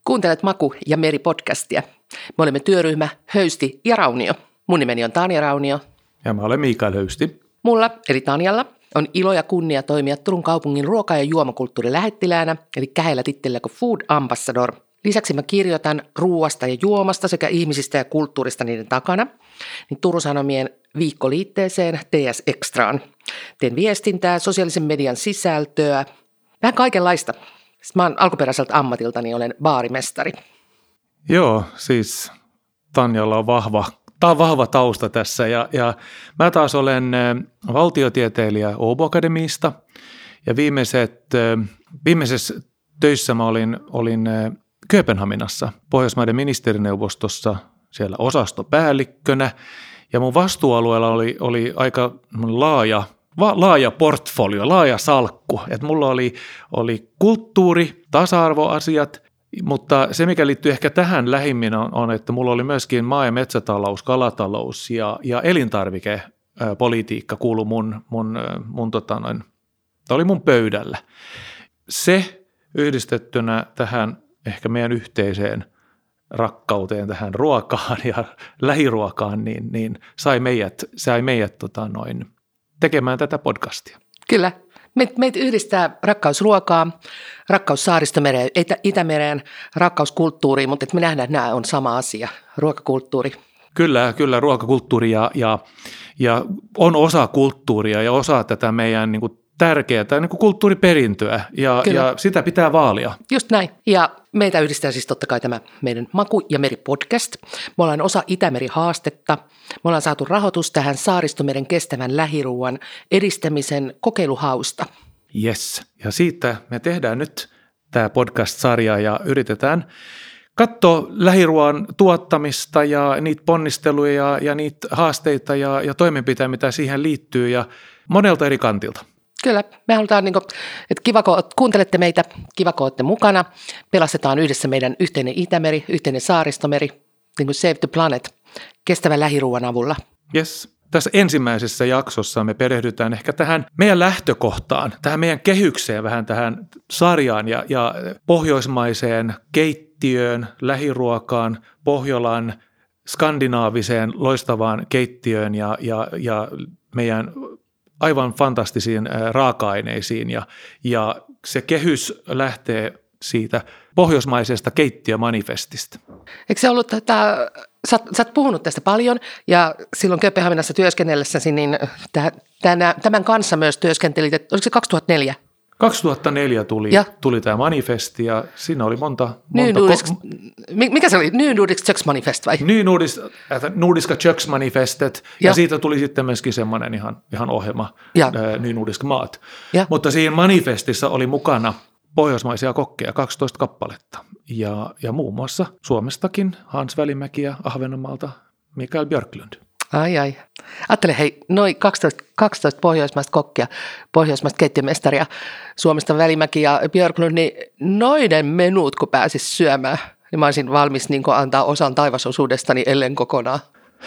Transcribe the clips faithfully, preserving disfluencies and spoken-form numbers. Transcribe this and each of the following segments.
Kuuntelet Maku ja Meri podcastia. Me olemme työryhmä Höysti ja Raunio. Mun nimeni on Tanja Raunio. Ja mä olen Mikael Höysti. Mulla, eli Tanjalla, on ilo ja kunnia toimia Turun kaupungin ruoka- ja juomakulttuurin lähettiläänä, eli käheillä tittelillä kuin Food Ambassador. Lisäksi mä kirjoitan ruuasta ja juomasta sekä ihmisistä ja kulttuurista niiden takana, niin Turun Sanomien viikkoliitteeseen T S Extraan. Teen viestintää, sosiaalisen median sisältöä, vähän kaikenlaista. Sitten mä oon alkuperäiseltä ammatiltani, olen baarimestari. Joo, siis Tanjalla on vahva, tää on vahva tausta tässä ja, ja mä taas olen valtiotieteilijä Åbo Akademiista ja viimeiset, viimeisessä töissä mä olin, olin Kööpenhaminassa Pohjoismaiden ministerineuvostossa siellä osastopäällikkönä ja mun vastuualueella oli, oli aika laaja Va, laaja portfolio, laaja salkku. Et mulla oli, oli kulttuuri, tasa-arvoasiat, mutta se mikä liittyy ehkä tähän lähimmin on, on että mulla oli myöskin maa- ja metsätalous, kalatalous ja, ja elintarvikepolitiikka kuului mun, mun, mun tota noin, tämä oli mun pöydällä. Se yhdistettynä tähän ehkä meidän yhteiseen rakkauteen tähän ruokaan ja lähiruokaan, niin, niin sai meidät, sai meidät tota noin, tekemään tätä podcastia. Kyllä. Meitä yhdistää rakkaus ruokaa, rakkaus Saaristomereen, Itämereen, rakkaus kulttuuriin, mutta me nähdään, että nämä on sama asia, ruokakulttuuri. Kyllä, kyllä ruokakulttuuri ja, ja, ja on osa kulttuuria ja osa tätä meidän niin kuin tärkeää niin kuin kulttuuriperintöä ja, ja sitä pitää vaalia. Just näin. Ja meitä yhdistää siis totta kai tämä meidän Maku ja Meri podcast. Me ollaan osa Itämeri-haastetta. Me ollaan saatu rahoitus tähän Saaristomeren kestävän lähiruuan edistämisen kokeiluhausta. Yes. Ja siitä me tehdään nyt tämä podcast-sarja ja yritetään katsoa lähiruoan tuottamista ja niitä ponnisteluja ja, ja niitä haasteita ja, ja toimenpiteitä, mitä siihen liittyy ja monelta eri kantilta. Kyllä, me halutaan, niin kuin, että kiva kun kuuntelette meitä, kiva kun olette mukana, pelastetaan yhdessä meidän yhteinen Itämeri, yhteinen Saaristomeri, niin kuin Save the Planet, kestävän lähiruuan avulla. Yes. Tässä ensimmäisessä jaksossa me perehdytään ehkä tähän meidän lähtökohtaan, tähän meidän kehykseen, vähän tähän sarjaan ja, ja pohjoismaiseen keittiöön, lähiruokaan, Pohjolan skandinaaviseen loistavaan keittiöön ja, ja, ja meidän aivan fantastisiin raaka-aineisiin ja, ja se kehys lähtee siitä pohjoismaisesta keittiömanifestista. Eikö se ollut, tätä, sä, sä oot puhunut tästä paljon ja silloin Kööpenhaminassa työskennellessäsi, niin tämän, tämän kanssa myös työskentelit, että oliko se kaksituhattaneljä? kaksituhattaneljä tuli, tuli tämä manifesti ja siinä oli monta... monta Nordisk, mikä se oli? Ny Nordisk Köksmanifest vai? Ny Nordisk, Nordiska Köksmanifestet ja. ja siitä tuli sitten myöskin semmoinen ihan, ihan ohjelma, Ny Nordisk Maat. Ja. Mutta siinä manifestissa oli mukana pohjoismaisia kokkeja, kaksitoista kappaletta ja, ja muun muassa Suomestakin Hans Välimäki ja Ahvenanmaalta Mikael Björklund. Ai ai. Ajattele hei, noin kaksitoista, kaksitoista pohjoismaista kokkia, pohjoismaista keittiömestaria, Suomesta Välimäki ja Björklund, niin noiden menut kun pääsis syömään, niin mä olisin valmis niin antaa osan taivasosuudestani ellen kokonaan.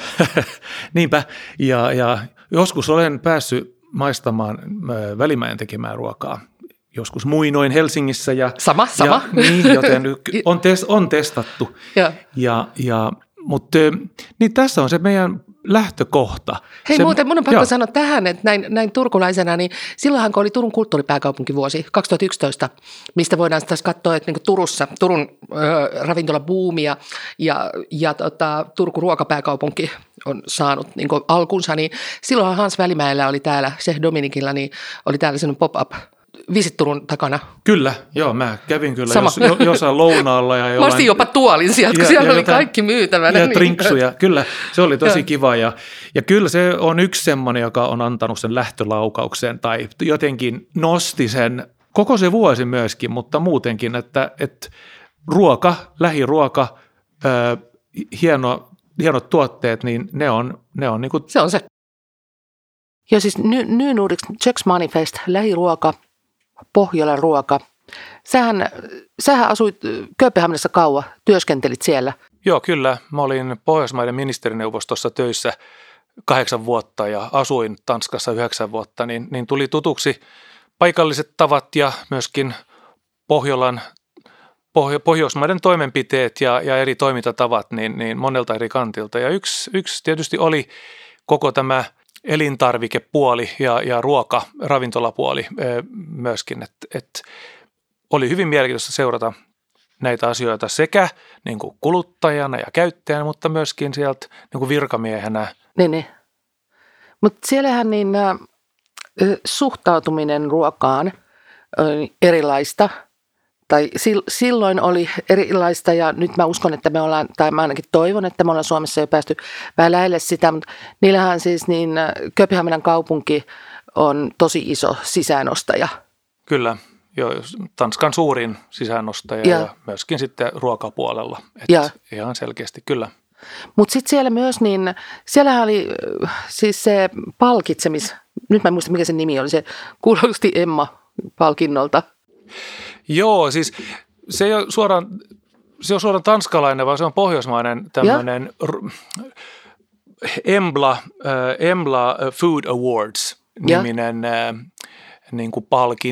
Niinpä, ja, ja joskus olen päässyt maistamaan Välimäen tekemään ruokaa. Joskus muinoin Helsingissä. Ja, sama, sama. Ja, niin, joten on, tes, on testattu. ja, ja, ja Mutta niin tässä on se meidän lähtökohta. Hei se, muuten, mun on pakko joo. sanoa tähän, että näin, näin turkulaisena, niin silloinhan kun oli Turun kulttuuripääkaupunkivuosi kaksituhattayksitoista, mistä voidaan taas katsoa, että niin Turussa, Turun äh, ravintolabuumi ja, ja, ja tota, Turku ruokapääkaupunki on saanut niin alkunsa, niin silloinhan Hans Välimäellä oli täällä, se Dominikilla, niin oli täällä sellainen pop-up Visit Turun takana. Kyllä, joo, mä kävin kyllä jos, jossain lounaalla. Ja mä ostin jopa tuolin sieltä, kun ja, siellä ja oli jotain, kaikki myytävänä. Ja niin. trinksuja, kyllä, se oli tosi kiva. Ja, ja kyllä se on yksi semmoinen, joka on antanut sen lähtölaukauksen tai jotenkin nosti sen koko se vuosi myöskin, mutta muutenkin, että, että ruoka, lähiruoka, äh, hieno, hienot tuotteet, niin ne on, ne on niin kuin... Se on se. Ja siis Ny Nordisk Köksmanifest, lähiruoka, Pohjolan ruoka. Sähän, sähän asuit Kööpenhaminassa kauan, työskentelit siellä. Joo, kyllä. Mä olin Pohjoismaiden ministerineuvostossa töissä kahdeksan vuotta ja asuin Tanskassa yhdeksän vuotta, niin, niin tuli tutuksi paikalliset tavat ja myöskin Pohjolan Pohjoismaiden toimenpiteet ja, ja eri toimintatavat niin, niin monelta eri kantilta. Ja yksi, yksi tietysti oli koko tämä elintarvikepuoli ja, ja ruoka, ravintolapuoli myöskin, että et oli hyvin mielenkiintoista seurata näitä asioita sekä niin kuin kuluttajana ja käyttäjänä, mutta myöskin sieltä niin kuin virkamiehenä. Niin, niin. Mutta siellähän niin äh, suhtautuminen ruokaan oli erilaista. Tai silloin oli erilaista ja nyt mä uskon, että me ollaan, tai mä ainakin toivon, että me ollaan Suomessa jo päästy vähän lähelle sitä, mutta niillähän siis niin Kööpenhaminan kaupunki on tosi iso sisäänostaja. Kyllä, jo Tanskan suurin sisäänostaja ja, ja myöskin sitten ruokapuolella, että ihan selkeästi kyllä. Mutta sitten siellä myös, niin siellähän oli siis se palkitsemis, nyt mä en muista mikä se nimi oli, se kuulosti Emma-palkinnolta. Joo, siis se ei ole suoraan, se on suoraan tanskalainen, vaan se on pohjoismainen tämmöinen Embla, äh, Embla Food Awards-niminen äh, niin kuin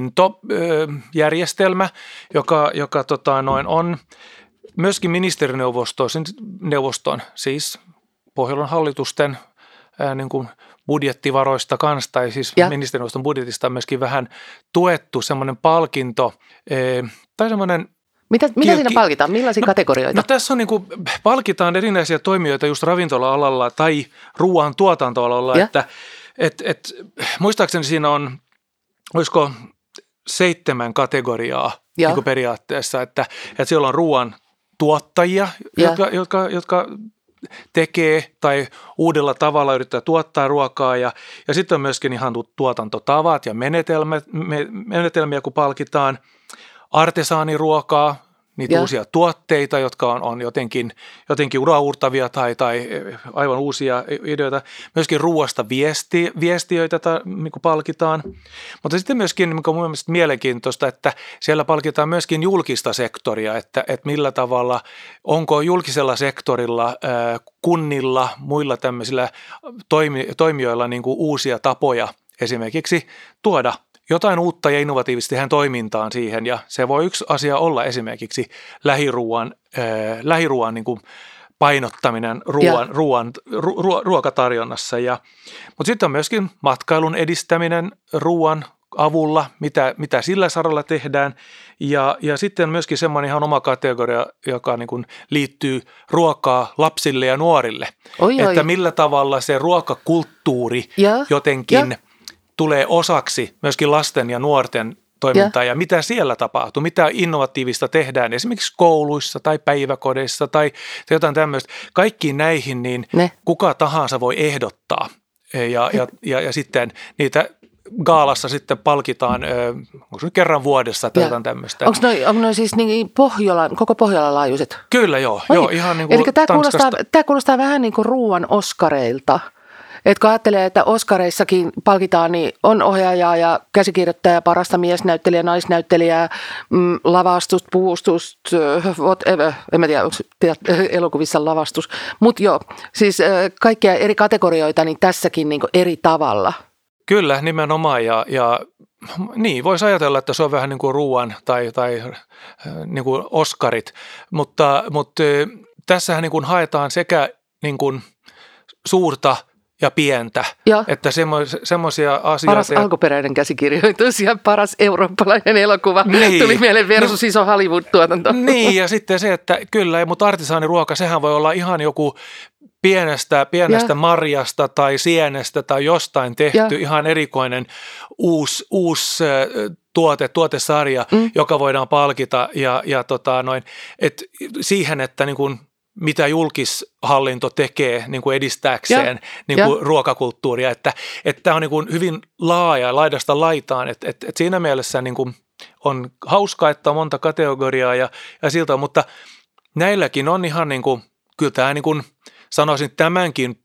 palkintojärjestelmä, äh, joka, joka tota, noin on myöskin ministerineuvoston, neuvoston, siis Pohjolan hallitusten äh, niin kuin budjettivaroista kanssa, tai siis ja. ministerineuvoston budjetista on myöskin vähän tuettu semmoinen palkinto, tai semmoinen... Mitä, mitä siinä palkitaan? Millaisia no, kategorioita? No tässä on niin kuin, palkitaan erinäisiä toimijoita just ravintola-alalla tai ruoan tuotantoalalla, ja. että et, et, muistaakseni siinä on, olisiko seitsemän kategoriaa niin kuin periaatteessa, että, että siellä on ruoan tuottajia, jotka, jotka, jotka tekee tai uudella tavalla yrittää tuottaa ruokaa ja, ja sitten on myöskin ihan tuotantotavat ja menetelmät, me, menetelmiä, kun palkitaan artesaaniruokaa, niitä ja. uusia tuotteita, jotka on, on jotenkin, jotenkin uraurtavia tai, tai aivan uusia ideoita. Myöskin ruoasta viesti, viestiöitä ta, niin kuin palkitaan, mutta sitten myöskin mikä on mun mielestä mielenkiintoista, että siellä palkitaan myöskin julkista sektoria, että, että millä tavalla, onko julkisella sektorilla, kunnilla, muilla tämmöisillä toimi, toimijoilla niin kuin uusia tapoja esimerkiksi tuoda jotain uutta ja innovatiivista tähän toimintaan siihen, ja se voi yksi asia olla esimerkiksi lähiruuan, äh, lähiruuan niin kuin painottaminen ruoan, ruoan, ru, ru, ruokatarjonnassa. Ja, mutta sitten on myöskin matkailun edistäminen ruoan avulla, mitä, mitä sillä saralla tehdään, ja, ja sitten myöskin semmoinen ihan oma kategoria, joka niin kuin liittyy ruokaa lapsille ja nuorille, oi, että oi. millä tavalla se ruokakulttuuri ja, jotenkin... Ja. tulee osaksi myöskin lasten ja nuorten toimintaa ja. ja mitä siellä tapahtuu, mitä innovatiivista tehdään esimerkiksi kouluissa tai päiväkodeissa tai jotain tämmöistä. Kaikkiin näihin niin ne. kuka tahansa voi ehdottaa ja, ja, ja, ja sitten niitä gaalassa sitten palkitaan, onko se kerran vuodessa tai jotain tämmöistä. Onko noi, onko noi siis niin Pohjolan, koko Pohjolan laajuiset? Kyllä joo, joo ihan niin kuin Eli tämä kuulostaa, tämä kuulostaa vähän niin kuin ruuan oskareilta. Että kun ajattelee, että Oskareissakin palkitaan, niin on ohjaajaa ja käsikirjoittaja, parasta miesnäyttelijää, naisnäyttelijää, mm, lavastus, puvustus, whatever, en mä tiedä, onko elokuvissa lavastus. Mutta joo, siis äh, kaikkia eri kategorioita, niin tässäkin niin kuin eri tavalla. Kyllä, nimenomaan ja, ja niin, voisi ajatella, että se on vähän niin kuin ruuan tai, tai niin kuin Oskarit, mutta, mutta tässähän niin kuin haetaan sekä niin kuin suurta ja pientä, ja. että semmoisia asioita. Paras alkuperäinen käsikirjoitus ja paras eurooppalainen elokuva niin. tuli mieleen versus iso Hollywood-tuotanto. Niin ja sitten se, että kyllä, mutta artesaaniruoka, sehän voi olla ihan joku pienestä, pienestä marjasta tai sienestä tai jostain tehty ja. ihan erikoinen uusi, uusi tuote, tuotesarja, mm. joka voidaan palkita ja, ja tota noin, et siihen, että niin kuin mitä julkishallinto tekee niin kuin edistääkseen ja, niin kuin ruokakulttuuria, että tämä on niin kuin hyvin laaja laidasta laitaan, että et, et siinä mielessä niin kuin on hauskaa, että on monta kategoriaa ja, ja siltä, mutta näilläkin on ihan niin kuin, kyllä tämä niin kuin sanoisin tämänkin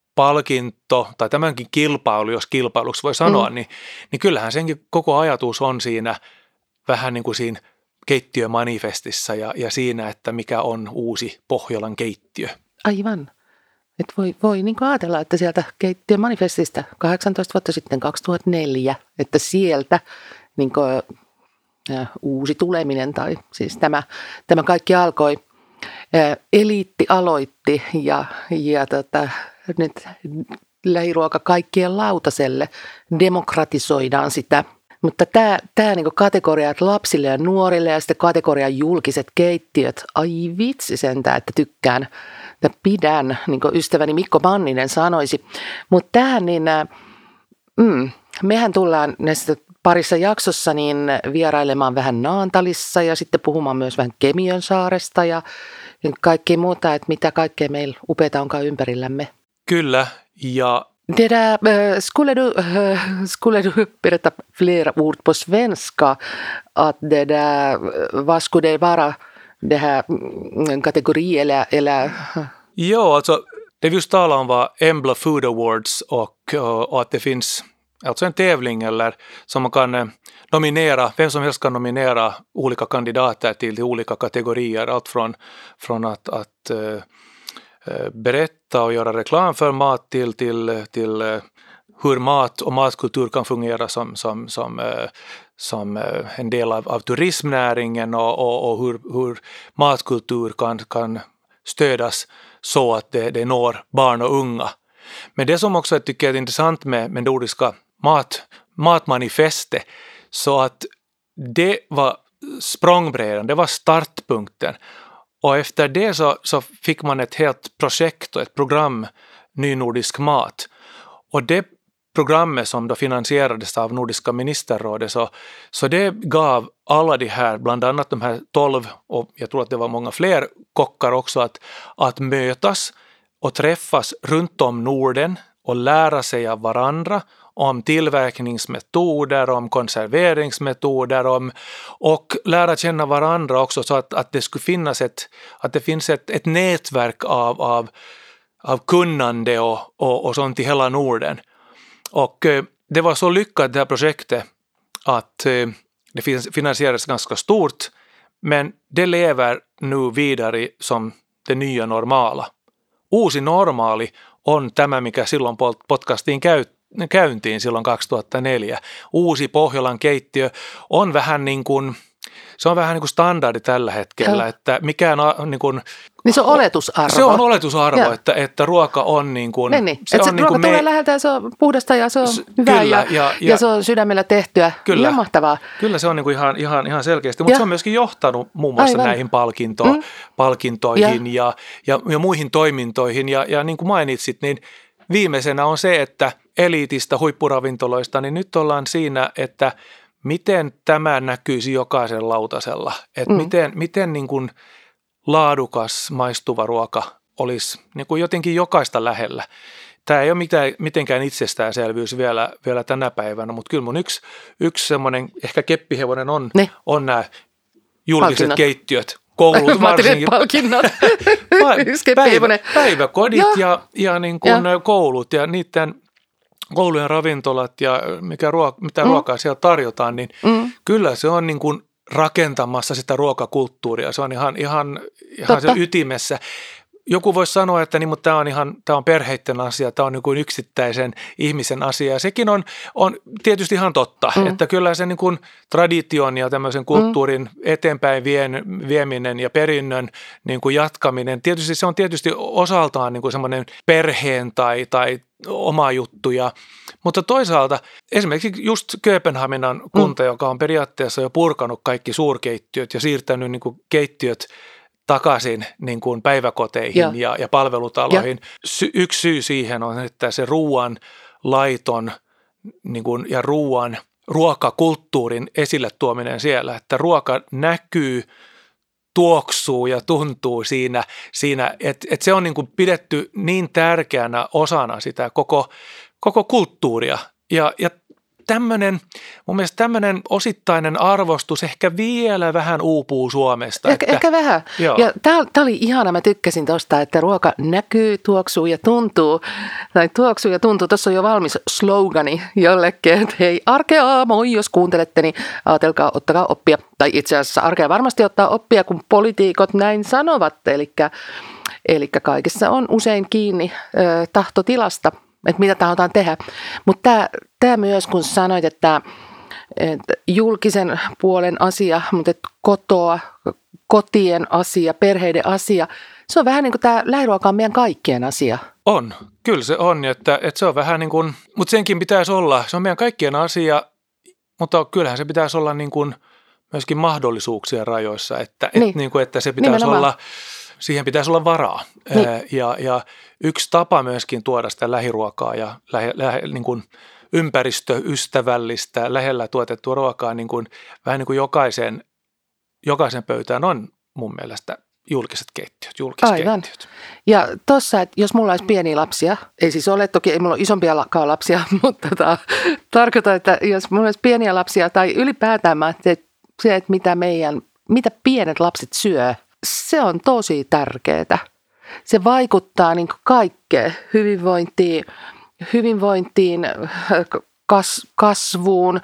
palkinto tai tämänkin kilpailu, jos kilpailuksi voi sanoa, mm. niin, niin kyllähän senkin koko ajatus on siinä vähän niin kuin siinä keittiömanifestissa ja, ja siinä, että mikä on uusi Pohjolan keittiö. Aivan. Et voi voi niin kuin ajatella, että sieltä keittiömanifestista kahdeksantoista vuotta sitten, kaksituhattaneljä, että sieltä niin kuin uusi tuleminen tai siis tämä, tämä kaikki alkoi. Eliitti aloitti ja, ja tota, nyt lähiruoka kaikkien lautaselle, demokratisoidaan sitä. Mutta tämä, tämä niin kategoria, että lapsille ja nuorille ja sitten kategorian julkiset keittiöt, ai vitsi sentään, että tykkään ja pidän, niin kuin ystäväni Mikko Manninen sanoisi. Mutta tähän niin, mm, mehän tullaan näissä parissa jaksossa niin vierailemaan vähän Naantalissa ja sitten puhumaan myös vähän Kemiönsaaresta ja kaikkea muuta, että mitä kaikkea meillä upeata onkaan ympärillämme. Kyllä, ja Det där, skulle du, skulle du berätta flera ord på svenska att det där, vad skulle det vara, det här kategori eller, eller? Jo, alltså det vi just talar om var Embla Food Awards och, och att det finns alltså en tävling eller som man kan nominera, vem som helst kan nominera olika kandidater till, till olika kategorier, allt från, från att, att berätta och göra reklam för mat till, till, till hur mat och matkultur kan fungera som, som, som, som en del av, av turismnäringen och, och, och hur, hur matkultur kan, kan stödas så att det, det når barn och unga. Men det som också jag tycker är intressant med, med nordiska mat, matmanifestet, så att det var språngbrädan, det var startpunkten. Och efter det så, så fick man ett helt projekt och ett program, Ny Nordisk mat. Och det programmet som då finansierades av Nordiska ministerrådet, så, så det gav alla de här, bland annat de här tolv, och jag tror att det var många fler kockar också, att, att mötas och träffas runt om Norden och lära sig av varandra om tillverkningsmetoder, om konserveringsmetoder, om, och lära känna varandra också så att, att det skulle finnas ett, att det finns ett, ett nätverk av, av, av kunnande och, och, och sånt i hela Norden. Och eh, det var så lyckat det här projektet att eh, det finansierades ganska stort, men det lever nu vidare som det nya normala. Uusi normaali on tämä, mikä silloin podcastiin käytti. käyntiin silloin kaksituhattaneljä. Uusi Pohjolan keittiö on vähän niin kuin, se on vähän niin kuin standardi tällä hetkellä, ja. Että mikään niin kuin, niin se on oletusarvo. Se on oletusarvo, että, että ruoka on niin kuin, niin, niin. Se, on se niin ruoka kuin tulee me... läheltä ja se on puhdasta ja se on S- hyvää kyllä, ja, ja, ja, ja se on sydämellä tehtyä. Kyllä, ihan mahtavaa. Kyllä se on niin kuin ihan, ihan, ihan selkeästi, mutta ja. Se on myöskin johtanut muun muassa Aivan. näihin palkinto, mm. palkintoihin ja, ja, ja, ja muihin toimintoihin ja, ja niin kuin mainitsit, niin viimeisenä on se, että eliitistä huippuravintoloista, niin nyt ollaan siinä, että miten tämä näkyisi jokaisen lautasella. Että mm. miten, miten niin kuin laadukas maistuva ruoka olisi niin kuin jotenkin jokaista lähellä. Tämä ei ole mitään, mitenkään itsestäänselvyys vielä, vielä tänä päivänä, mutta kyllä mun yksi, yksi semmoinen ehkä keppihevonen on, on nämä julkiset Palkinnot. keittiöt. Koulut varsinkin. Palkinnot. Päivä, päiväkodit ja, ja, ja niin kuin ja. koulut ja niiden koulujen ravintolat ja mikä ruoka, mitä mm. ruokaa siellä tarjotaan, niin mm. kyllä se on niin kuin rakentamassa sitä ruokakulttuuria. Se on ihan, ihan, ihan se ytimessä. Joku voisi sanoa, että niin, mutta tämä on ihan tämä on perheiden asia, tämä on niin kuin yksittäisen ihmisen asia. Ja sekin on, on tietysti ihan totta, mm. että kyllä se niin kuin tradition ja tämmöisen kulttuurin mm. eteenpäin vien, vieminen ja perinnön niin kuin jatkaminen, tietysti se on tietysti osaltaan niin kuin semmoinen perheen tai, tai oma juttuja, mutta toisaalta esimerkiksi just Kööpenhaminan kunta, mm. joka on periaatteessa jo purkanut kaikki suurkeittiöt ja siirtänyt niin kuin keittiöt takaisin niin kuin päiväkoteihin ja, ja, ja palvelutaloihin. Sy- yksi syy siihen on, että se ruoan laiton niin kuin, ja ruoan, ruokakulttuurin esille tuominen siellä, että ruoka näkyy, tuoksuu ja tuntuu siinä, siinä että et se on niin kuin pidetty niin tärkeänä osana sitä koko, koko kulttuuria ja, ja tämmöinen, mun mielestä tämmöinen osittainen arvostus ehkä vielä vähän uupuu Suomesta. Ehkä, että, ehkä vähän. Joo. Ja tämä oli ihana, mä tykkäsin tuosta, että ruoka näkyy, tuoksuu ja tuntuu. Tai tuoksuu ja tuntuu. Tuossa on jo valmis slogani jollekin, että hei arkea, moi jos kuuntelette, niin ajatelkaa, ottakaa oppia. Tai itse asiassa arkea varmasti ottaa oppia, kun poliitikot näin sanovat. Eli kaikessa on usein kiinni ö, tahtotilasta. Että mitä tahdotaan tehdä. Mutta tämä myös, kun sanoit, että, et julkisen puolen asia, mutta et kotoa, kotien asia, perheiden asia. Se on vähän niin kuin tämä lähiruoka on meidän kaikkien asia. On, kyllä se on, että, että se on vähän niin kuin, mutta senkin pitäisi olla, se on meidän kaikkien asia, mutta kyllähän se pitäisi olla niin kuin myöskin mahdollisuuksien rajoissa, että, niin. että, niin kuin, että se pitäisi Nimenomaan. olla, siihen pitäisi olla varaa. Niin. Ja, ja yksi tapa myöskin tuoda sitä lähiruokaa ja lähe, lähe, niin kuin ympäristöystävällistä, lähellä tuotettua ruokaa niin kuin, vähän niin kuin jokaisen, jokaisen pöytään on mun mielestä julkiset keittiöt, julkiskeittiöt. Ja tuossa, että jos mulla olisi pieniä lapsia, ei siis ole, toki ei mulla ole isompia lapsia, mutta tota, tarkoitan, että jos mulla olisi pieniä lapsia tai ylipäätään mä, että se, että mitä meidän, mitä pienet lapset syö, se on tosi tärkeää. Se vaikuttaa niin kuin kaikkeen hyvinvointiin, hyvinvointiin kas, kasvuun,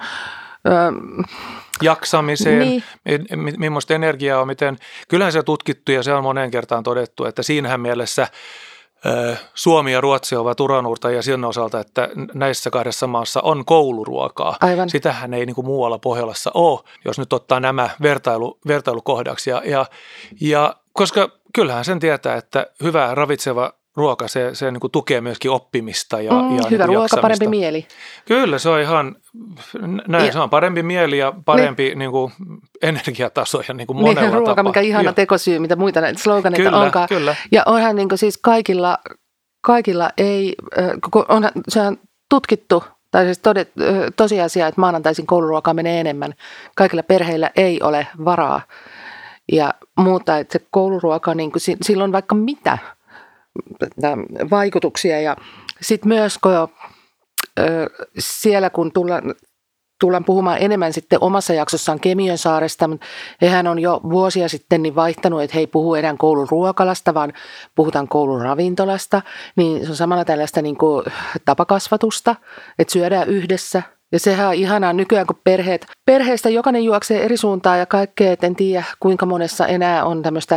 jaksamiseen, niin. mi- millaista energiaa on, miten, kyllähän se on tutkittu ja se on moneen kertaan todettu, että siinähän mielessä ö, Suomi ja Ruotsi ovat uranuurtajia sen osalta, että näissä kahdessa maassa on kouluruokaa. Aivan. Sitähän ei niin kuin muualla Pohjolassa ole, jos nyt ottaa nämä vertailu, vertailukohdaksi. Ja, ja, ja koska kyllähän sen tietää, että hyvä ravitseva ruoka, se, se niin kuin tukee myöskin oppimista ja, mm, ja hyvä niin kuin ruoka, jaksamista. Parempi mieli. Kyllä, se on ihan näin, ja, se on parempi mieli ja parempi niin. Niin kuin energiataso ja niin kuin monella niin, ruoka, tapaa. Mikä ihana ja. tekosyy, mitä muita näitä sloganeita kyllä, onkaan. Kyllä. Ja onhan niin kuin siis kaikilla, kaikilla ei, onhan, se on tutkittu, tai siis todet, tosiasia, että maanantaisin kouluruokaa menee enemmän. Kaikilla perheillä ei ole varaa ja muuta, että se kouluruoka, niin kuin, sillä on vaikka mitä vaikutuksia ja sitten myös kun ö, siellä kun tullaan, tullaan puhumaan enemmän sitten omassa jaksossaan Kemiönsaaresta, mutta hehän on jo vuosia sitten niin vaihtanut, että he ei puhu enää koulun ruokalasta, vaan puhutaan koulun ravintolasta, niin se on samalla tällaista niin kuin tapakasvatusta, että syödään yhdessä. Ja sehän on ihanaa nykyään, kun perheet, perheestä jokainen juoksee eri suuntaan ja kaikkea, et en tiedä kuinka monessa enää on tämmöistä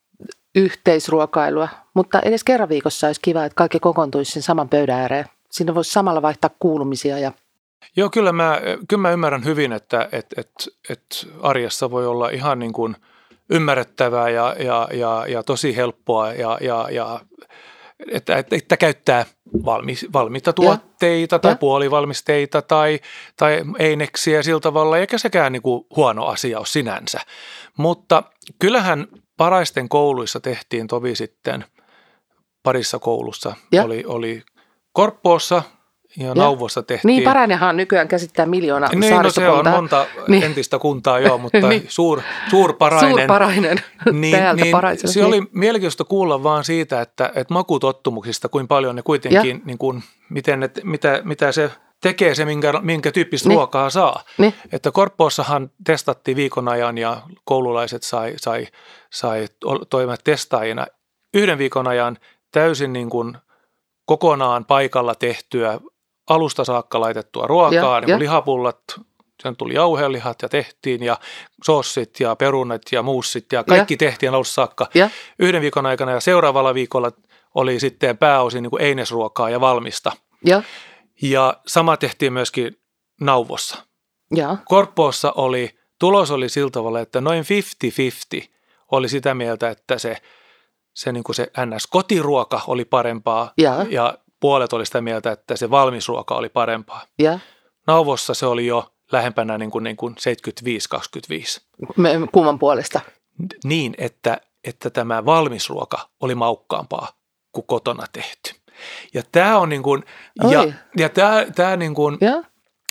yhteisruokailua, mutta edes kerran viikossa olisi kiva, että kaikki kokoontuisi sen saman pöydän ääreen. Siinä voisi samalla vaihtaa kuulumisia. Ja Joo, kyllä mä, kyllä mä ymmärrän hyvin, että et, et, et arjessa voi olla ihan niin kuin ymmärrettävää ja, ja, ja, ja tosi helppoa, ja, ja, ja, että, että, että käyttää valmi, valmiita tuotteita ja. tai ja. puolivalmisteita tai, tai eineksiä sillä tavalla, eikä sekään niin kuin huono asia ole sinänsä. Mutta kyllähän Paraisten kouluissa tehtiin tovi sitten parissa koulussa. Ja. Oli, oli Korppoossa ja, ja Nauvossa tehtiin. Niin, Parainenhan nykyään käsittää miljoona niin, saaristokuntaa. No se on monta niin. entistä kuntaa joo, mutta niin. suur, suur Parainen. Suur Parainen niin, täältä niin, Paraisella. Se oli mielenkiintoista kuulla vaan siitä, että, että makutottumuksista, kuinka paljon ne kuitenkin, niin kuin, miten ne, mitä, mitä se tekee se, minkä, minkä tyyppistä niin. ruokaa saa. Niin. Että Korppoossahan testattiin viikon ajan ja koululaiset sai, sai, sai toimia testaajina yhden viikon ajan täysin niin kuin kokonaan paikalla tehtyä, alusta saakka laitettua ruokaa, ja, niin kuin lihapullat, sen tuli jauhelihat ja tehtiin ja sossit ja perunat ja muussit ja kaikki ja. tehtiin alusta saakka ja. yhden viikon aikana ja seuraavalla viikolla oli sitten pääosin niin kuin einesruokaa ja valmista. Ja. Ja sama tehtiin myöskin Nauvossa. Ja. Korppoossa oli, tulos oli sillä tavalla, että noin viisikymmentä viisikymmentä oli sitä mieltä, että se, se, niin kuin se N S-kotiruoka oli parempaa ja. ja puolet oli sitä mieltä, että se valmisruoka oli parempaa. Ja. Nauvossa se oli jo lähempänä niin kuin, niin kuin seitsemänkymmentäviisi kaksikymmentäviisi. Kumman puolesta? Niin, että, että tämä valmisruoka oli maukkaampaa kuin kotona tehty. Ja tämä on niin kuin, ja, ja tämä, tämä niin kuin, ja.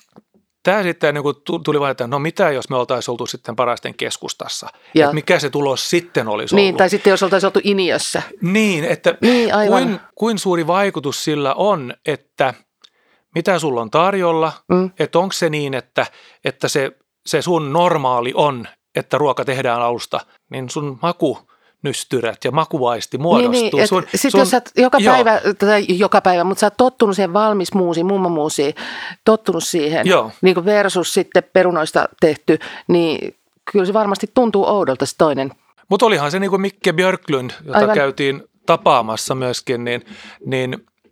tämä sitten niin kuin tuli vain, että no mitä jos me oltaisiin oltu sitten Paraisten keskustassa, ja. että mikä se tulos sitten olisi niin, ollut. Tai sitten jos oltaisiin oltu Iniössä. Niin, että niin, kuin, kuin suuri vaikutus sillä on, että mitä sulla on tarjolla, mm. että onko se niin, että, että se, se sun normaali on, että ruoka tehdään alusta, niin sun maku nystyrät ja makuaisti muodostuu. Niin, niin sitten jos sä joka joo. päivä, tai joka päivä, mutta sä oot tottunut siihen valmismuusiin, mummamuusiin, tottunut siihen, joo. niin kuin versus sitten perunoista tehty, niin kyllä se varmasti tuntuu oudolta se toinen. Mutta olihan se niin kuin Mikke Björklund, jota Aivan. käytiin tapaamassa myöskin, niin, niin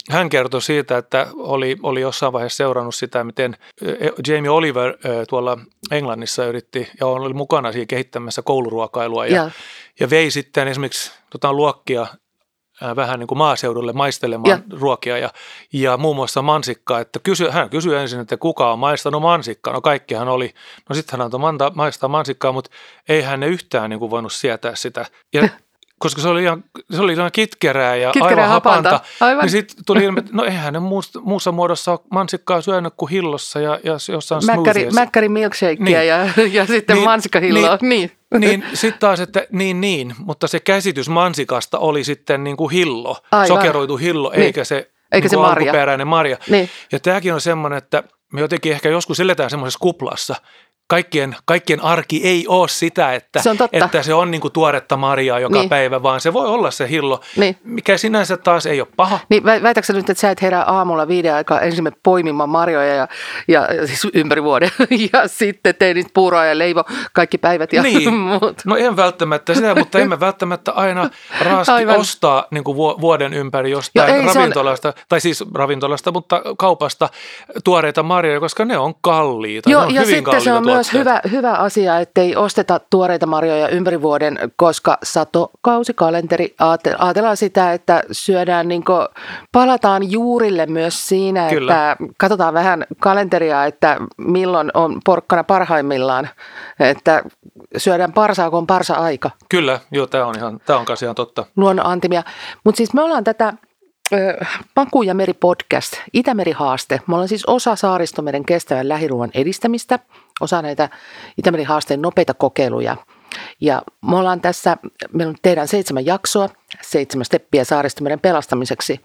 hän kertoi siitä, että oli, oli jossain vaiheessa seurannut sitä, miten Jamie Oliver tuolla Englannissa yritti ja oli mukana siinä kehittämässä kouluruokailua ja, ja. ja vei sitten esimerkiksi tota, luokkia vähän niin kuin maaseudulle maistelemaan ja. ruokia ja, ja muun muassa mansikkaa, että kysy, hän kysyi ensin, että kuka on maistanut mansikkaa. No kaikkihan oli, no sitten hän antoi manta, maistaa mansikkaa, mutta ei hän ne yhtään niin kuin voinut sietää sitä. Ja koska se oli ihan, se oli ihan kitkerää ja kitkerää aivan hapanta, hapanta. Aivan. Niin sitten tuli ilme, että no eihän ne muussa, muussa muodossa ole mansikkaa syönyt kuin hillossa ja, ja jossain smoothiessa. Mäkkäri milkshakea niin. ja, ja sitten niin, mansikkahilloa. Niin, niin. niin sitten taas, että niin niin, mutta se käsitys mansikasta oli sitten niin kuin hillo, aivan. sokeroitu hillo, niin. eikä se, eikä niin se marja. alkuperäinen marja. Niin. Ja tämäkin on semmoinen, että me jotenkin ehkä joskus eletään semmoisessa kuplassa. Kaikkien, kaikkien arki ei ole sitä, että se on, että se on niin kuin tuoretta marjaa joka niin. päivä, vaan se voi olla se hillo, niin. mikä sinänsä taas ei ole paha. Niin väitätkö nyt, että sä et herää aamulla viiden aikaa ensimmäinen poimimaan marjoja ja, ja siis ympäri vuoden ja sitten tee niitä puuroa ja leivo kaikki päivät ja niin. muut. No en välttämättä sitä, mutta emme välttämättä aina raasti Aivan. ostaa niin kuin vuoden ympäri jostain jo, ravintolasta, on... tai siis ravintolasta, mutta kaupasta tuoreita marjoja, koska ne on kalliita, jo, ne on ja hyvin kalliita. Se on myös hyvä, hyvä asia, ettei osteta tuoreita marjoja ympäri vuoden, koska satokausikalenteri, ajatellaan sitä, että syödään, niin kuin, palataan juurille myös siinä, Kyllä. että katsotaan vähän kalenteria, että milloin on porkkana parhaimmillaan, että syödään parsaa, kun on parsa-aika. Kyllä, joo, tämä on ihan, tämä on kanssa ihan totta. Luonnon antimia, mutta siis me ollaan tätä Paku ja Meri podcast, Itämeri-haaste. Me ollaan siis osa Saaristomeren kestävän lähiruuan edistämistä, osa näitä Itämeri-haasteen nopeita kokeiluja. Ja me ollaan tässä, me tehdään seitsemän jaksoa, seitsemän steppiä Saaristomeren pelastamiseksi.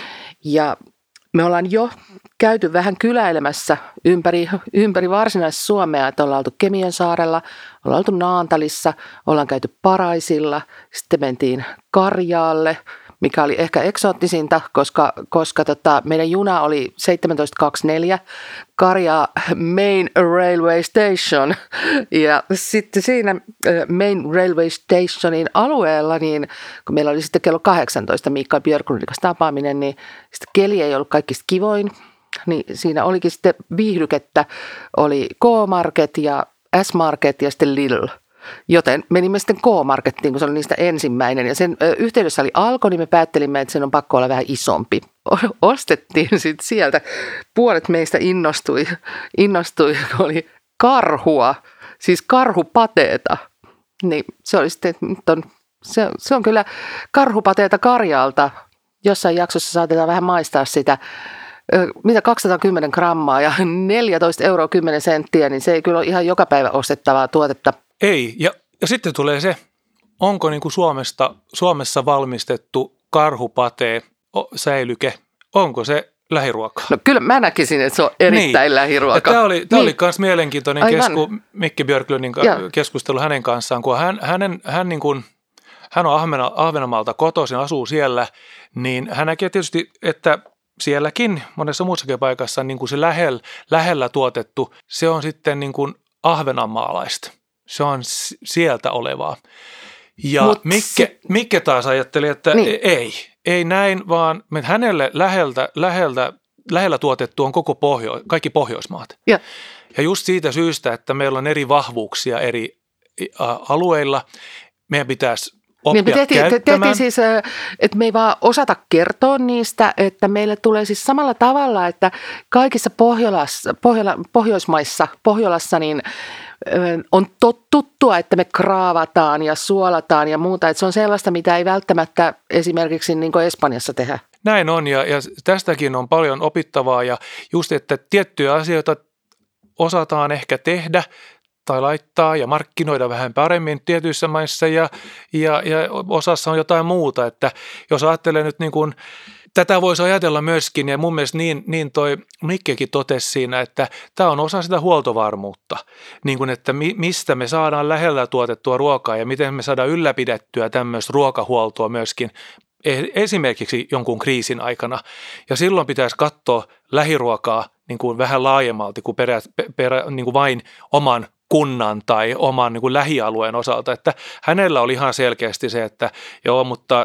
Ja me ollaan jo käyty vähän kyläilemässä ympäri, ympäri Varsinais-Suomea, että ollaan oltu Kemiönsaarella, ollaan oltu Naantalissa, ollaan käyty Paraisilla, sitten mentiin Karjaalle, mikä oli ehkä eksoottisinta, koska, koska tota, meidän juna oli seitsemäntoista kaksikymmentäneljä Karjaa Main Railway Station. Ja sitten siinä Main Railway Stationin alueella, niin kun meillä oli sitten kello kahdeksantoista Mikael Björklundin kanssa tapaaminen, niin sitten keli ei ollut kaikista kivoin. Niin siinä olikin sitten viihdykettä, oli K-Market ja S-Market ja sitten Lidl. Joten menimme sitten K-Markettiin, kun se oli niistä ensimmäinen. Ja sen ö, yhteydessä oli Alko, niin me päättelimme, että sen on pakko olla vähän isompi. Ostettiin sitten sieltä. Puolet meistä innostui, innostui kun oli karhua, siis karhupateeta. Niin se oli sitten, että on, se, se on kyllä karhupateeta Karjalta. Jossain jaksossa saatetaan vähän maistaa sitä. Mitä kaksisataakymmenen grammaa ja neljätoista euroa kymmenen senttiä, niin se ei kyllä ole ihan joka päivä ostettavaa tuotetta. Ei, ja, ja sitten tulee se, onko niin kuin Suomesta, Suomessa valmistettu karhupatee, säilyke, onko se lähiruokaa? No kyllä mä näkisin, että se on erittäin niin. lähiruokaa. Tämä oli, tämä niin. oli myös mielenkiintoinen kesku, Mikki Björklundin keskustelu hänen kanssaan, kun hän, hänen, hän, niin kuin, hän on Ahvena, Ahvenanmaalta kotoisin, asuu siellä, niin hän näkee tietysti, että sielläkin monessa muussakin paikassa niin kuin se lähellä, lähellä tuotettu, se on sitten niin kuin ahvenanmaalaista. Se on sieltä olevaa. Ja Mut Mikke, se... Mikke taas ajatteli, että niin. ei, ei näin, vaan hänelle läheltä, läheltä, lähellä tuotettu on koko pohjo, kaikki Pohjoismaat. Ja. ja just siitä syystä, että meillä on eri vahvuuksia eri alueilla, meidän pitäisi oppia niin, tehtiin, käyttämään. Tehtiin siis, että me ei vaan osata kertoa niistä, että meille tulee siis samalla tavalla, että kaikissa Pohjolassa, Pohjola, Pohjoismaissa, Pohjolassa niin on tuttua, että me kraavataan ja suolataan ja muuta. Että se on sellaista, mitä ei välttämättä esimerkiksi niin kuin Espanjassa tehdä. Näin on ja, ja tästäkin on paljon opittavaa ja just, että tiettyjä asioita osataan ehkä tehdä tai laittaa ja markkinoida vähän paremmin tietyissä maissa ja, ja, ja osassa on jotain muuta. Että jos ajattelee nyt niin kuin, tätä voisi ajatella myöskin ja mun mielestä niin, niin toi Mikkekin totesi siinä, että tämä on osa sitä huoltovarmuutta, niin kuin, että mi, mistä me saadaan lähellä tuotettua ruokaa ja miten me saadaan ylläpidettyä tämmöistä ruokahuoltoa myöskin esimerkiksi jonkun kriisin aikana. Ja silloin pitäisi katsoa lähiruokaa niin kuin vähän laajemmalti kuin, perä, perä, niin kuin vain oman kunnan tai oman niin kuin lähialueen osalta, että hänellä oli ihan selkeästi se, että joo, mutta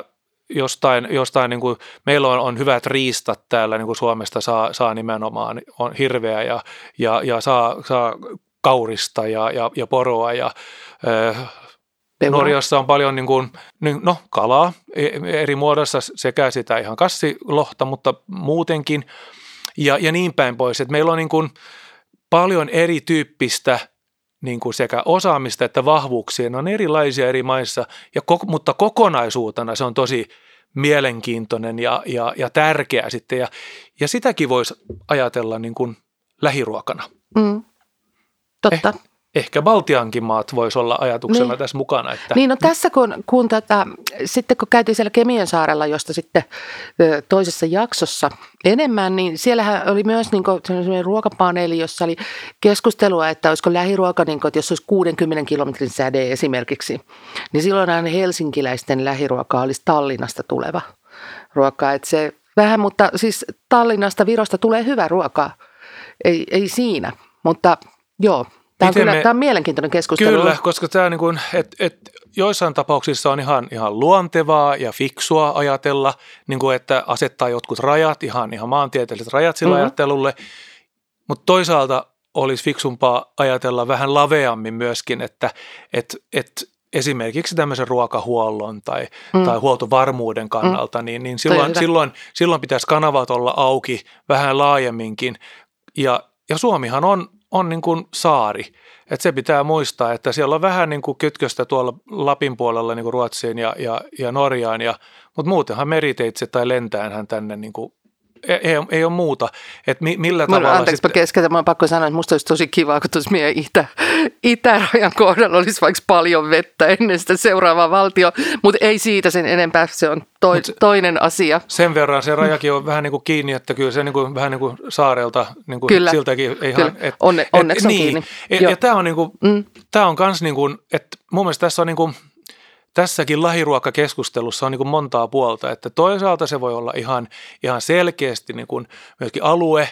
jostain, jostain niin kuin, meillä on, on hyvät riistat täällä niin kuin Suomesta saa, saa nimenomaan, on hirveä ja, ja, ja saa, saa kaurista ja, ja, ja poroa ja äh, Norjassa on paljon niin kuin, no, kalaa eri muodossa sekä sitä ihan kassilohta, mutta muutenkin ja, ja niin päin pois, että meillä on niin kuin paljon erityyppistä niin kuin sekä osaamista että vahvuuksia, ne on erilaisia eri maissa, ja, mutta kokonaisuutena se on tosi mielenkiintoinen ja, ja, ja tärkeä sitten, ja, ja sitäkin voisi ajatella niin kuin lähiruokana. Mm. Totta. Eh, ehkä Baltiankin maat voisi olla ajatuksena niin. tässä mukana. Että niin, no tässä kun, kun tätä, sitten kun käytiin siellä Kemiönsaarella, josta sitten toisessa jaksossa enemmän, niin siellähän oli myös niin kuin sellainen ruokapaneeli, jossa oli keskustelua, että olisiko lähiruoka, niin kuin, että jos olisi kuudenkymmenen kilometrin säde esimerkiksi, niin silloinhan helsinkiläisten lähiruoka olisi Tallinnasta tuleva ruoka. Että se vähän, mutta siis Tallinnasta, Virosta tulee hyvä ruoka, ei, ei siinä, mutta joo. Tämä on, kyllä, me, tämä on mielenkiintoinen keskustelu. Kyllä, koska tämä niin kuin, et, et joissain tapauksissa on ihan, ihan luontevaa ja fiksua ajatella, niin kuin että asettaa jotkut rajat, ihan, ihan maantieteelliset rajat sillä mm-hmm. ajattelulle, mutta toisaalta olisi fiksumpaa ajatella vähän laveammin myöskin, että et, et esimerkiksi tämmöisen ruokahuollon tai, mm. tai huoltovarmuuden kannalta, mm. niin, niin silloin, silloin, silloin pitäisi kanavat olla auki vähän laajemminkin ja, ja Suomihan on on niin kuin saari. Että se pitää muistaa, että siellä on vähän niin kuin kytköstä tuolla Lapin puolella niin kuin Ruotsiin ja, ja, ja Norjaan, ja, mutta muutenhan meriteitse tai lentäänhän tänne niin kuin, ei, ei ole muuta. Että mi, millä mä, tavalla anteeksi, sitten... keskeltä, mä oon pakko sanoa, että musta olisi tosi kivaa, kun tuossa meidän itä, itärajan kohdalla olisi vaikka paljon vettä ennen sitä seuraavaa valtio, mutta ei siitä sen enempää, se on toi, Mut toinen asia. Sen verran se rajakin on vähän niin kuin kiinni, että kyllä se niin kuin, vähän niin kuin saarelta, niin kuin kyllä, siltäkin ei kyllä. ihan... Et, Onne, onneksi et, on niin, kiinni. Ja, ja tämä on niin kuin, mm. tämä on kans niin kuin, että mun mielestä tässä on niin kuin, tässäkin lähiruokakeskustelussa on niin kuin montaa puolta, että toisaalta se voi olla ihan, ihan selkeästi niin kuin myöskin alue,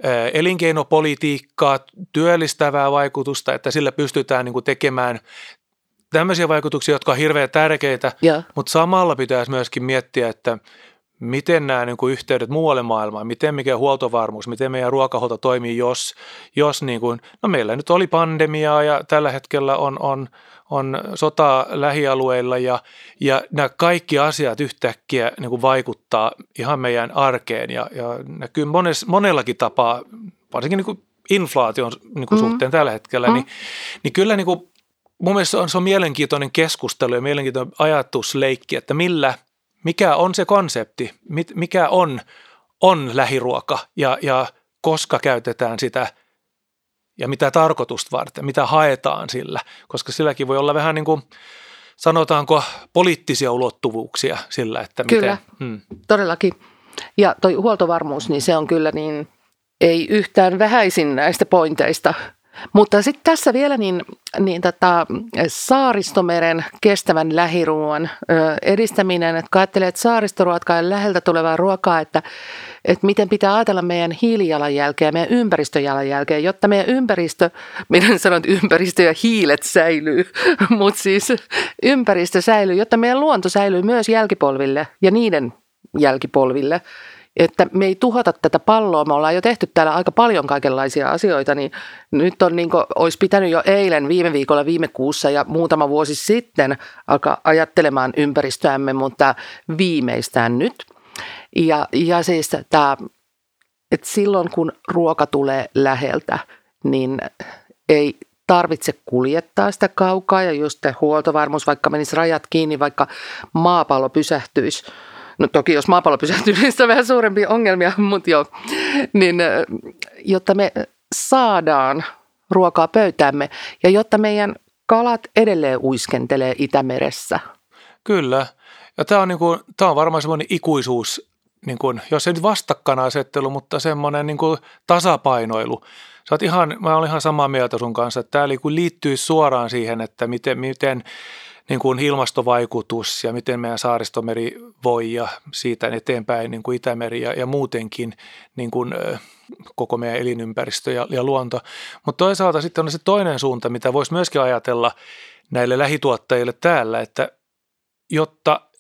elinkeinopolitiikkaa, työllistävää vaikutusta, että sillä pystytään niin kuin tekemään tämmöisiä vaikutuksia, jotka on hirveän tärkeitä, yeah. mutta samalla pitäisi myöskin miettiä, että miten nämä niin kuin yhteydet muualle maailmaan, miten mikä huoltovarmuus, miten meidän ruokahuolto toimii, jos, jos niin kuin, no meillä nyt oli pandemiaa ja tällä hetkellä on, on, on sota lähialueilla ja, ja nämä kaikki asiat yhtäkkiä niin kuin vaikuttaa ihan meidän arkeen ja, ja näkyy mones, monellakin tapaa, varsinkin niin kuin inflaation niin kuin mm-hmm. suhteen tällä hetkellä, mm-hmm. niin, niin kyllä niin kuin, mun mielestä on, se on mielenkiintoinen keskustelu ja mielenkiintoinen ajatusleikki, että millä mikä on se konsepti, mikä on, on lähiruoka ja, ja koska käytetään sitä ja mitä tarkoitusta varten, mitä haetaan sillä, koska silläkin voi olla vähän niin kuin, sanotaanko, poliittisia ulottuvuuksia sillä, että miten. Kyllä, hmm. todellakin. Ja toi huoltovarmuus, niin se on kyllä niin, ei yhtään vähäisin näistä pointeista. Mutta sitten tässä vielä niin, niin tota, Saaristomeren kestävän lähiruuan ö, edistäminen, että kun ajattelee, että saaristoruokaa ja läheltä tulevaa ruokaa, että, että miten pitää ajatella meidän hiilijalanjälkeä ja meidän ympäristöjalanjälkeä, jotta meidän ympäristö, minä sanon, että ympäristö ja hiilet säilyy, mutta siis ympäristö säilyy, jotta meidän luonto säilyy myös jälkipolville ja niiden jälkipolville. Että me ei tuhota tätä palloa, me ollaan jo tehty täällä aika paljon kaikenlaisia asioita, niin nyt on niin kuin, olisi pitänyt jo eilen, viime viikolla, viime kuussa ja muutama vuosi sitten alkaa ajattelemaan ympäristöämme, mutta viimeistään nyt. Ja, ja siis tämä, että silloin kun ruoka tulee läheltä, niin ei tarvitse kuljettaa sitä kaukaa ja just huoltovarmuus, vaikka menisi rajat kiinni, vaikka maapallo pysähtyisi. No toki jos maapallo pysähtyy, niin se on vähän suurempia ongelmia, mutta joo, niin jotta me saadaan ruokaa pöytäämme ja jotta meidän kalat edelleen uiskentelee Itämeressä. Kyllä, ja tämä on, niin kuin, tämä on varmaan semmoinen ikuisuus, niin kuin, jos ei nyt vastakkainasettelu, mutta semmoinen niin kuin tasapainoilu. Sä oot ihan, mä olen ihan samaa mieltä sun kanssa, että tämä liittyy suoraan siihen, että miten, miten niin kuin ilmastovaikutus ja miten meidän Saaristomeri voi ja siitä eteenpäin niin kuin Itämeri ja, ja muutenkin niin kuin, koko meidän elinympäristö ja, ja luonto. Mutta toisaalta sitten on se toinen suunta, mitä voisi myöskin ajatella näille lähituottajille täällä, että jotta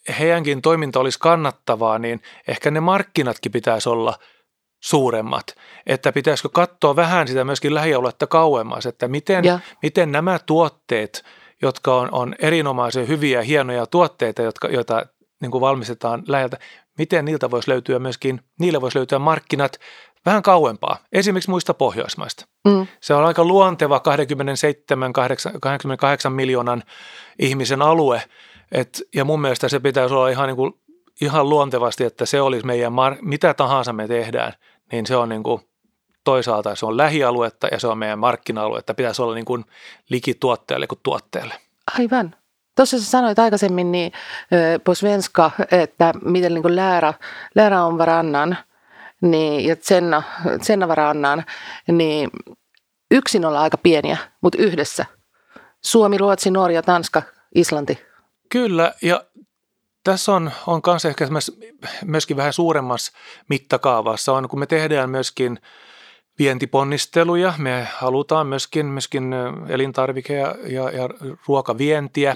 heidänkin toiminta olisi kannattavaa, niin ehkä ne markkinatkin pitäisi olla suuremmat. Että pitäisikö katsoa vähän sitä myöskin lähialuetta kauemmas, että miten, miten nämä tuotteet, jotka on, on erinomaisen hyviä ja hienoja tuotteita, jotka, joita niin kuin valmistetaan läheltä, miten niiltä voisi löytyä myöskin, niille voisi löytyä markkinat vähän kauempaa, esimerkiksi muista Pohjoismaista. Mm. Se on aika luonteva kaksikymmentäseitsemän kaksikymmentäkahdeksan miljoonan ihmisen alue, et, ja mun mielestä se pitäisi olla ihan, niin kuin, ihan luontevasti, että se olisi meidän, mar- mitä tahansa me tehdään, niin se on niin kuin, toisaalta se on lähialuetta ja se on meidän markkina-aluetta, pitäisi olla niin kuin liki tuotteelle kuin tuotteelle. Aivan. Tuossa sä sanoit aikaisemmin niin, på svenska, että miten niin kuin lära, lära on varannan niin, ja tsenna, tsenna varannan, niin yksin ollaan aika pieniä, mutta yhdessä. Suomi, Ruotsi, Norja, Tanska, Islanti. Kyllä, ja tässä on, on kanssa ehkä myöskin vähän suuremmassa mittakaavassa, on kun me tehdään myöskin vientiponnisteluja, me halutaan myöskin, myöskin elintarvike- ja, ja, ja ruokavientiä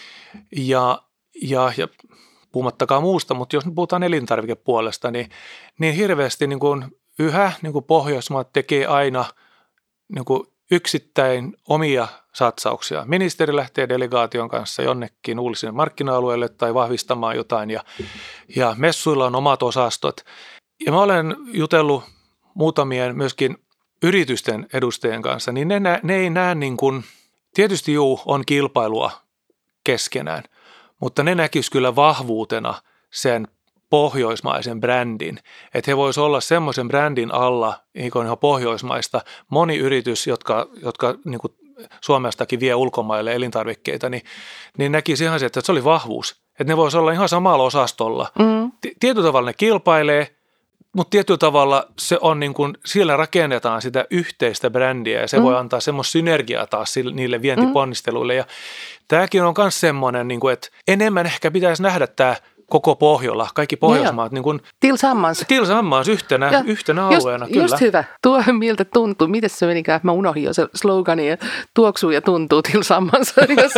ja, ja, ja puhumattakaan muusta, mutta jos puhutaan elintarvikepuolesta, niin, niin hirveästi niin kuin yhä niin kuin Pohjoismaat tekee aina niin kuin yksittäin omia satsauksia. Ministeri lähtee delegaation kanssa jonnekin uusille markkina-alueelle tai vahvistamaan jotain ja, ja messuilla on omat osastot. Ja mä olen jutellut muutamien myöskin yritysten edustajien kanssa, niin ne, ne ei näe niin kuin, tietysti juu on kilpailua keskenään, mutta ne näkisi kyllä vahvuutena sen pohjoismaisen brändin, että he voisivat olla semmoisen brändin alla, niin kuin ihan pohjoismaista, moni yritys, jotka, jotka niin kuin Suomestakin vie ulkomaille elintarvikkeita, niin, niin näkisi ihan se, että se oli vahvuus, että ne voisivat olla ihan samalla osastolla. Mm. Tietyllä tavalla ne kilpailee, mutta tietyllä tavalla se on niin kuin, siellä rakennetaan sitä yhteistä brändiä ja se mm. voi antaa semmoista synergiaa taas niille vientiponnisteluille. Mm. Ja tämäkin on myös semmoinen, niin kuin, että enemmän ehkä pitäisi nähdä tämä koko Pohjola, kaikki Pohjoismaat. Niin kuin, Tillsammans. Tillsammans yhtenä, ja yhtenä alueena, just, kyllä. Just hyvä. Tuo miltä tuntuu. Miten se menikään? Mä unohdin jo se slogani, että tuoksuu ja tuntuu Tillsammans.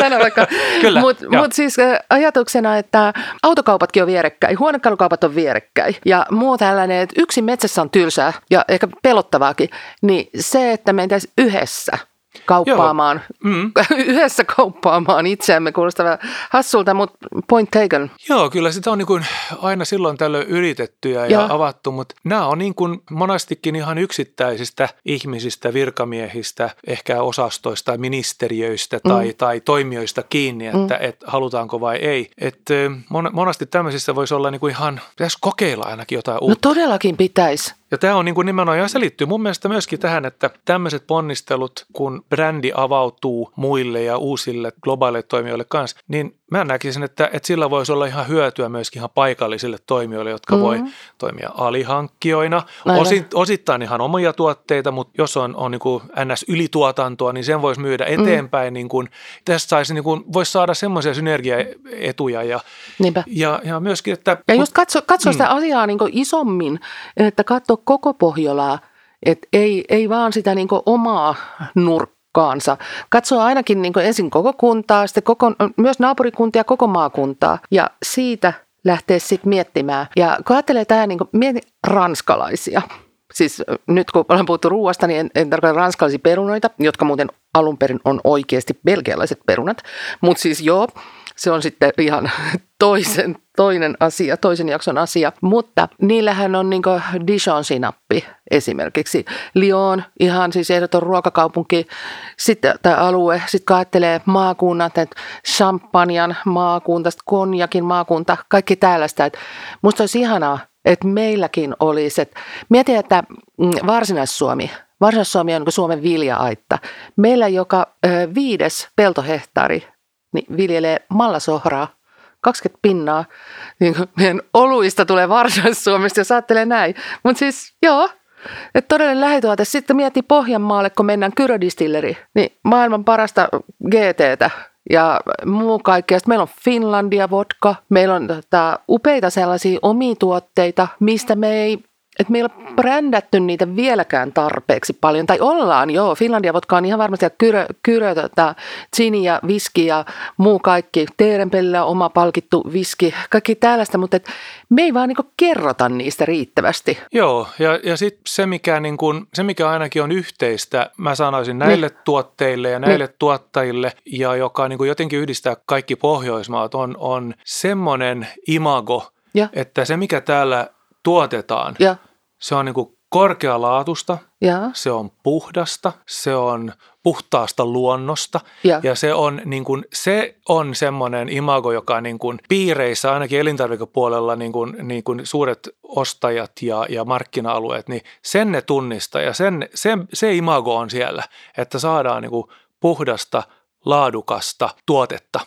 Mutta mut siis ajatuksena, että autokaupatkin on vierekkäin, huonekalukaupat on vierekkäin ja muu tällainen, että yksin metsässä on tylsää ja ehkä pelottavaakin, niin se, että mentäisiin yhdessä kauppaamaan, mm. yhdessä kauppaamaan itseämme, kuulostaa vähän hassulta, mutta point taken. Joo, kyllä sitä on niin kuin aina silloin tällöin yritetty ja, ja avattu, mutta nämä on niin kuin monastikin ihan yksittäisistä ihmisistä, virkamiehistä, ehkä osastoista tai ministeriöistä tai, mm. tai toimijoista kiinni, että mm. et halutaanko vai ei. Että monasti tämmöisissä voisi olla niin kuin ihan, pitäisi kokeilla ainakin jotain uutta. No todellakin pitäisi. Ja tämä on niin kuin nimenomaan, ja se liittyy mun mielestä myöskin tähän, että tämmöiset ponnistelut, kun brändi avautuu muille ja uusille globaaleille toimijoille kanssa, niin mä näkisin, että, että sillä voisi olla ihan hyötyä myöskin ihan paikallisille toimijoille, jotka mm-hmm. voi toimia alihankkijoina. Osin, osittain ihan omia tuotteita, mutta jos on, on niin kuin N S-ylituotantoa, niin sen voisi myydä eteenpäin. Mm. Niin kuin, tästä saisi, niin kuin, voisi saada semmoisia synergiaetuja. Ja, ja, ja myöskin, että... Ja just katso, katso mm. sitä asiaa niin kuin isommin, että katso koko Pohjolaa, että ei, ei vaan sitä niin kuin omaa nurkkaa. Katsoo ainakin niin kuin ensin koko kuntaa, sitten koko, myös naapurikuntia, koko maakuntaa ja siitä lähtee sitten miettimään. Ja kun ajattelee tämä, niin kuin, mieti ranskalaisia. Siis nyt kun ollaan puhuttu ruuasta, niin en, en tarkoita ranskalaisia perunoita, jotka muuten alun perin on oikeasti belgialaiset perunat. Mutta siis joo, se on sitten ihan toisen, toinen asia, toisen jakson asia. Mutta niillähän on niin kuin Dijon-sinappi esimerkiksi. Lyon, ihan siis ehdoton ruokakaupunki, sitten tämä alue. Sitten kun ajattelee maakunnat, että Champagnen maakunta, konjakin maakunta, kaikki tällaista. Et musta olisi ihanaa, että meilläkin olisi, että mietin, että Varsinais-Suomi, Varsinais-Suomi on niin kuin Suomen vilja-aitta. Meillä joka ö, viides peltohehtaari niin viljelee mallasohraa, kaksikymmentä pinnaa. Niin kuin meidän oluista tulee Varsinais-Suomesta, jos ajattelee näin. Mutta siis joo, että todellinen lähituote. Sitten miettii Pohjanmaalle, kun mennään Kyrö Distilleri, niin maailman parasta G T:tä. Ja muu kaikkea. Sitten meillä on Finlandia vodka, meillä on tota, upeita sellaisia omia tuotteita, mistä me ei että me ei ole brändätty niitä vieläkään tarpeeksi paljon. Tai ollaan, joo, Finlandia vodka on ihan varmasti ja kyrö, kyrö tota, gini ja viski ja muu kaikki. Teerenpellillä on oma palkittu viski, kaikki tällaista, mutta et me ei vaan niinku kerrota niistä riittävästi. Joo, ja, ja sitten se mikä, niin kun, se, mikä ainakin on yhteistä, mä sanoisin näille niin. tuotteille ja näille niin. tuottajille, ja joka niin kun jotenkin yhdistää kaikki Pohjoismaat, on, on semmoinen imago, ja. että se mikä täällä tuotetaan, ja. se on niin kuin korkealaatusta, ja. se on puhdasta, se on puhtaasta luonnosta ja, ja se on, niin kuin, se on semmoinen imago, joka niin kuin piireissä, ainakin elintarvikepuolella niin kuin, niin kuin suuret ostajat ja, ja markkina-alueet, niin sen ne tunnistaa ja sen, se, se imago on siellä, että saadaan niin kuin puhdasta, laadukasta tuotetta,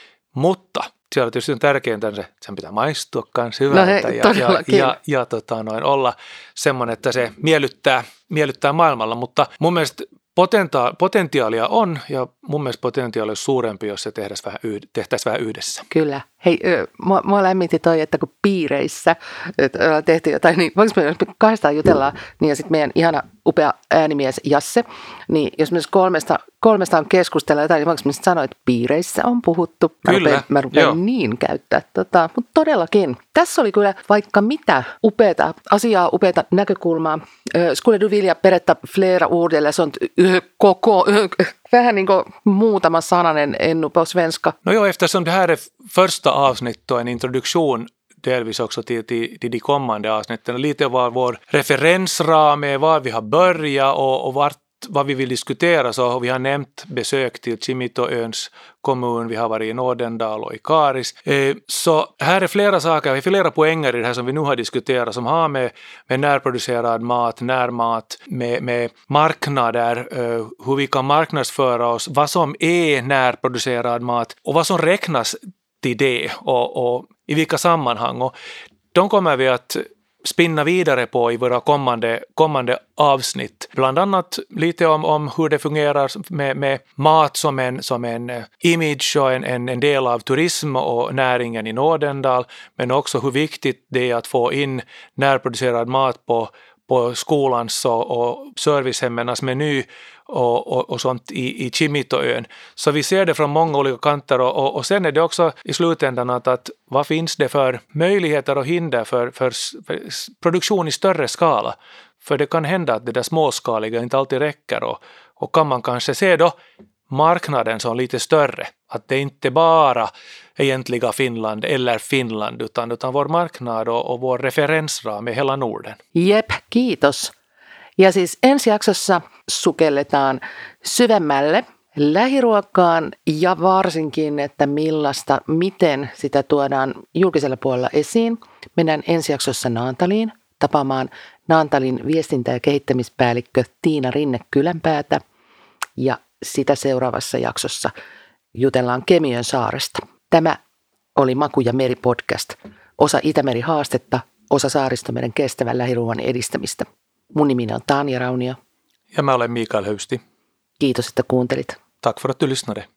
mutta siellä tietysti on tärkeintä se, että sen pitää maistua myös hyvältä no ja, ja, ja, ja tota noin, olla semmoinen, että se miellyttää, miellyttää maailmalla, mutta mun mielestä potenta- potentiaalia on ja mun mielestä potentiaali olisi suurempi, jos se tehtäisiin vähän, yh- tehtäisiin vähän yhdessä. Kyllä. Hei, mua, mua lämmitti toi, että kun piireissä että tehtiin jotain, niin voinko me, jos me kahdestaan jutellaan, niin ja sitten meidän ihana upea äänimies Jasse, niin jos me kolmesta, kolmesta on keskustella jotain, niin voinko me sitten sanoa, että piireissä on puhuttu. Mä kyllä, rupean, mä rupean niin käyttää, tota, mutta todellakin. Tässä oli kyllä vaikka mitä upeata asiaa, upeata näkökulmaa. Skulle du vilja berätta flera ord eller sånt koko, vähän niin kuin muutama sananen ännu på svenska? No joo, eftersom det här är första avsnitt och en introduktion delvis också till, till, till de kommande avsnitten. Lite var vår referensram är, var vi har börjat och, och vart, vad vi vill diskutera. Så vi har nämnt besök till Kimitoöns kommun, vi har varit i Nordendal och i Karis. Eh, så här är flera saker, vi har flera poänger i det här som vi nu har diskuterat som har med, med närproducerad mat, närmat, med, med marknader, eh, hur vi kan marknadsföra oss, vad som är närproducerad mat och vad som räknas till det och, och i vilka sammanhang. Och de kommer vi att spinna vidare på i våra kommande, kommande avsnitt. Bland annat lite om, om hur det fungerar med, med mat som en, som en image och en, en, en del av turism och näringen i Nordendal, men också hur viktigt det är att få in närproducerad mat på, på skolans och, och servicehemmenas meny och, och, och sånt i, i Kimitoön. Så vi ser det från många olika kanter och, och, och sen är det också i slutändan att, att vad finns det för möjligheter och hinder för, för, för produktion i större skala? För det kan hända att det där småskaliga inte alltid räcker och, och kan man kanske se då marknaden som lite större. Att det inte bara egentliga Finland eller Finland utan, utan vår marknad och, och vår referensram är hela Norden. Jep, kiitos. Ja siis ensi jaksossa sukelletaan syvemmälle lähiruokaan ja varsinkin, että millaista, miten sitä tuodaan julkisella puolella esiin. Mennään ensi jaksossa Naantaliin tapaamaan Naantalin viestintä- ja kehittämispäällikkö Tiina Rinne-Kylänpäätä ja sitä seuraavassa jaksossa jutellaan Kemiön saaresta. Tämä oli Maku ja Meri podcast, osa Itämeri-haastetta, osa Saaristomeren kestävän lähiruoan edistämistä. Mun nimi on Tanja Raunio. Ja mä olen Mikael Höysti. Kiitos, että kuuntelit. Tack för att du lyssnade.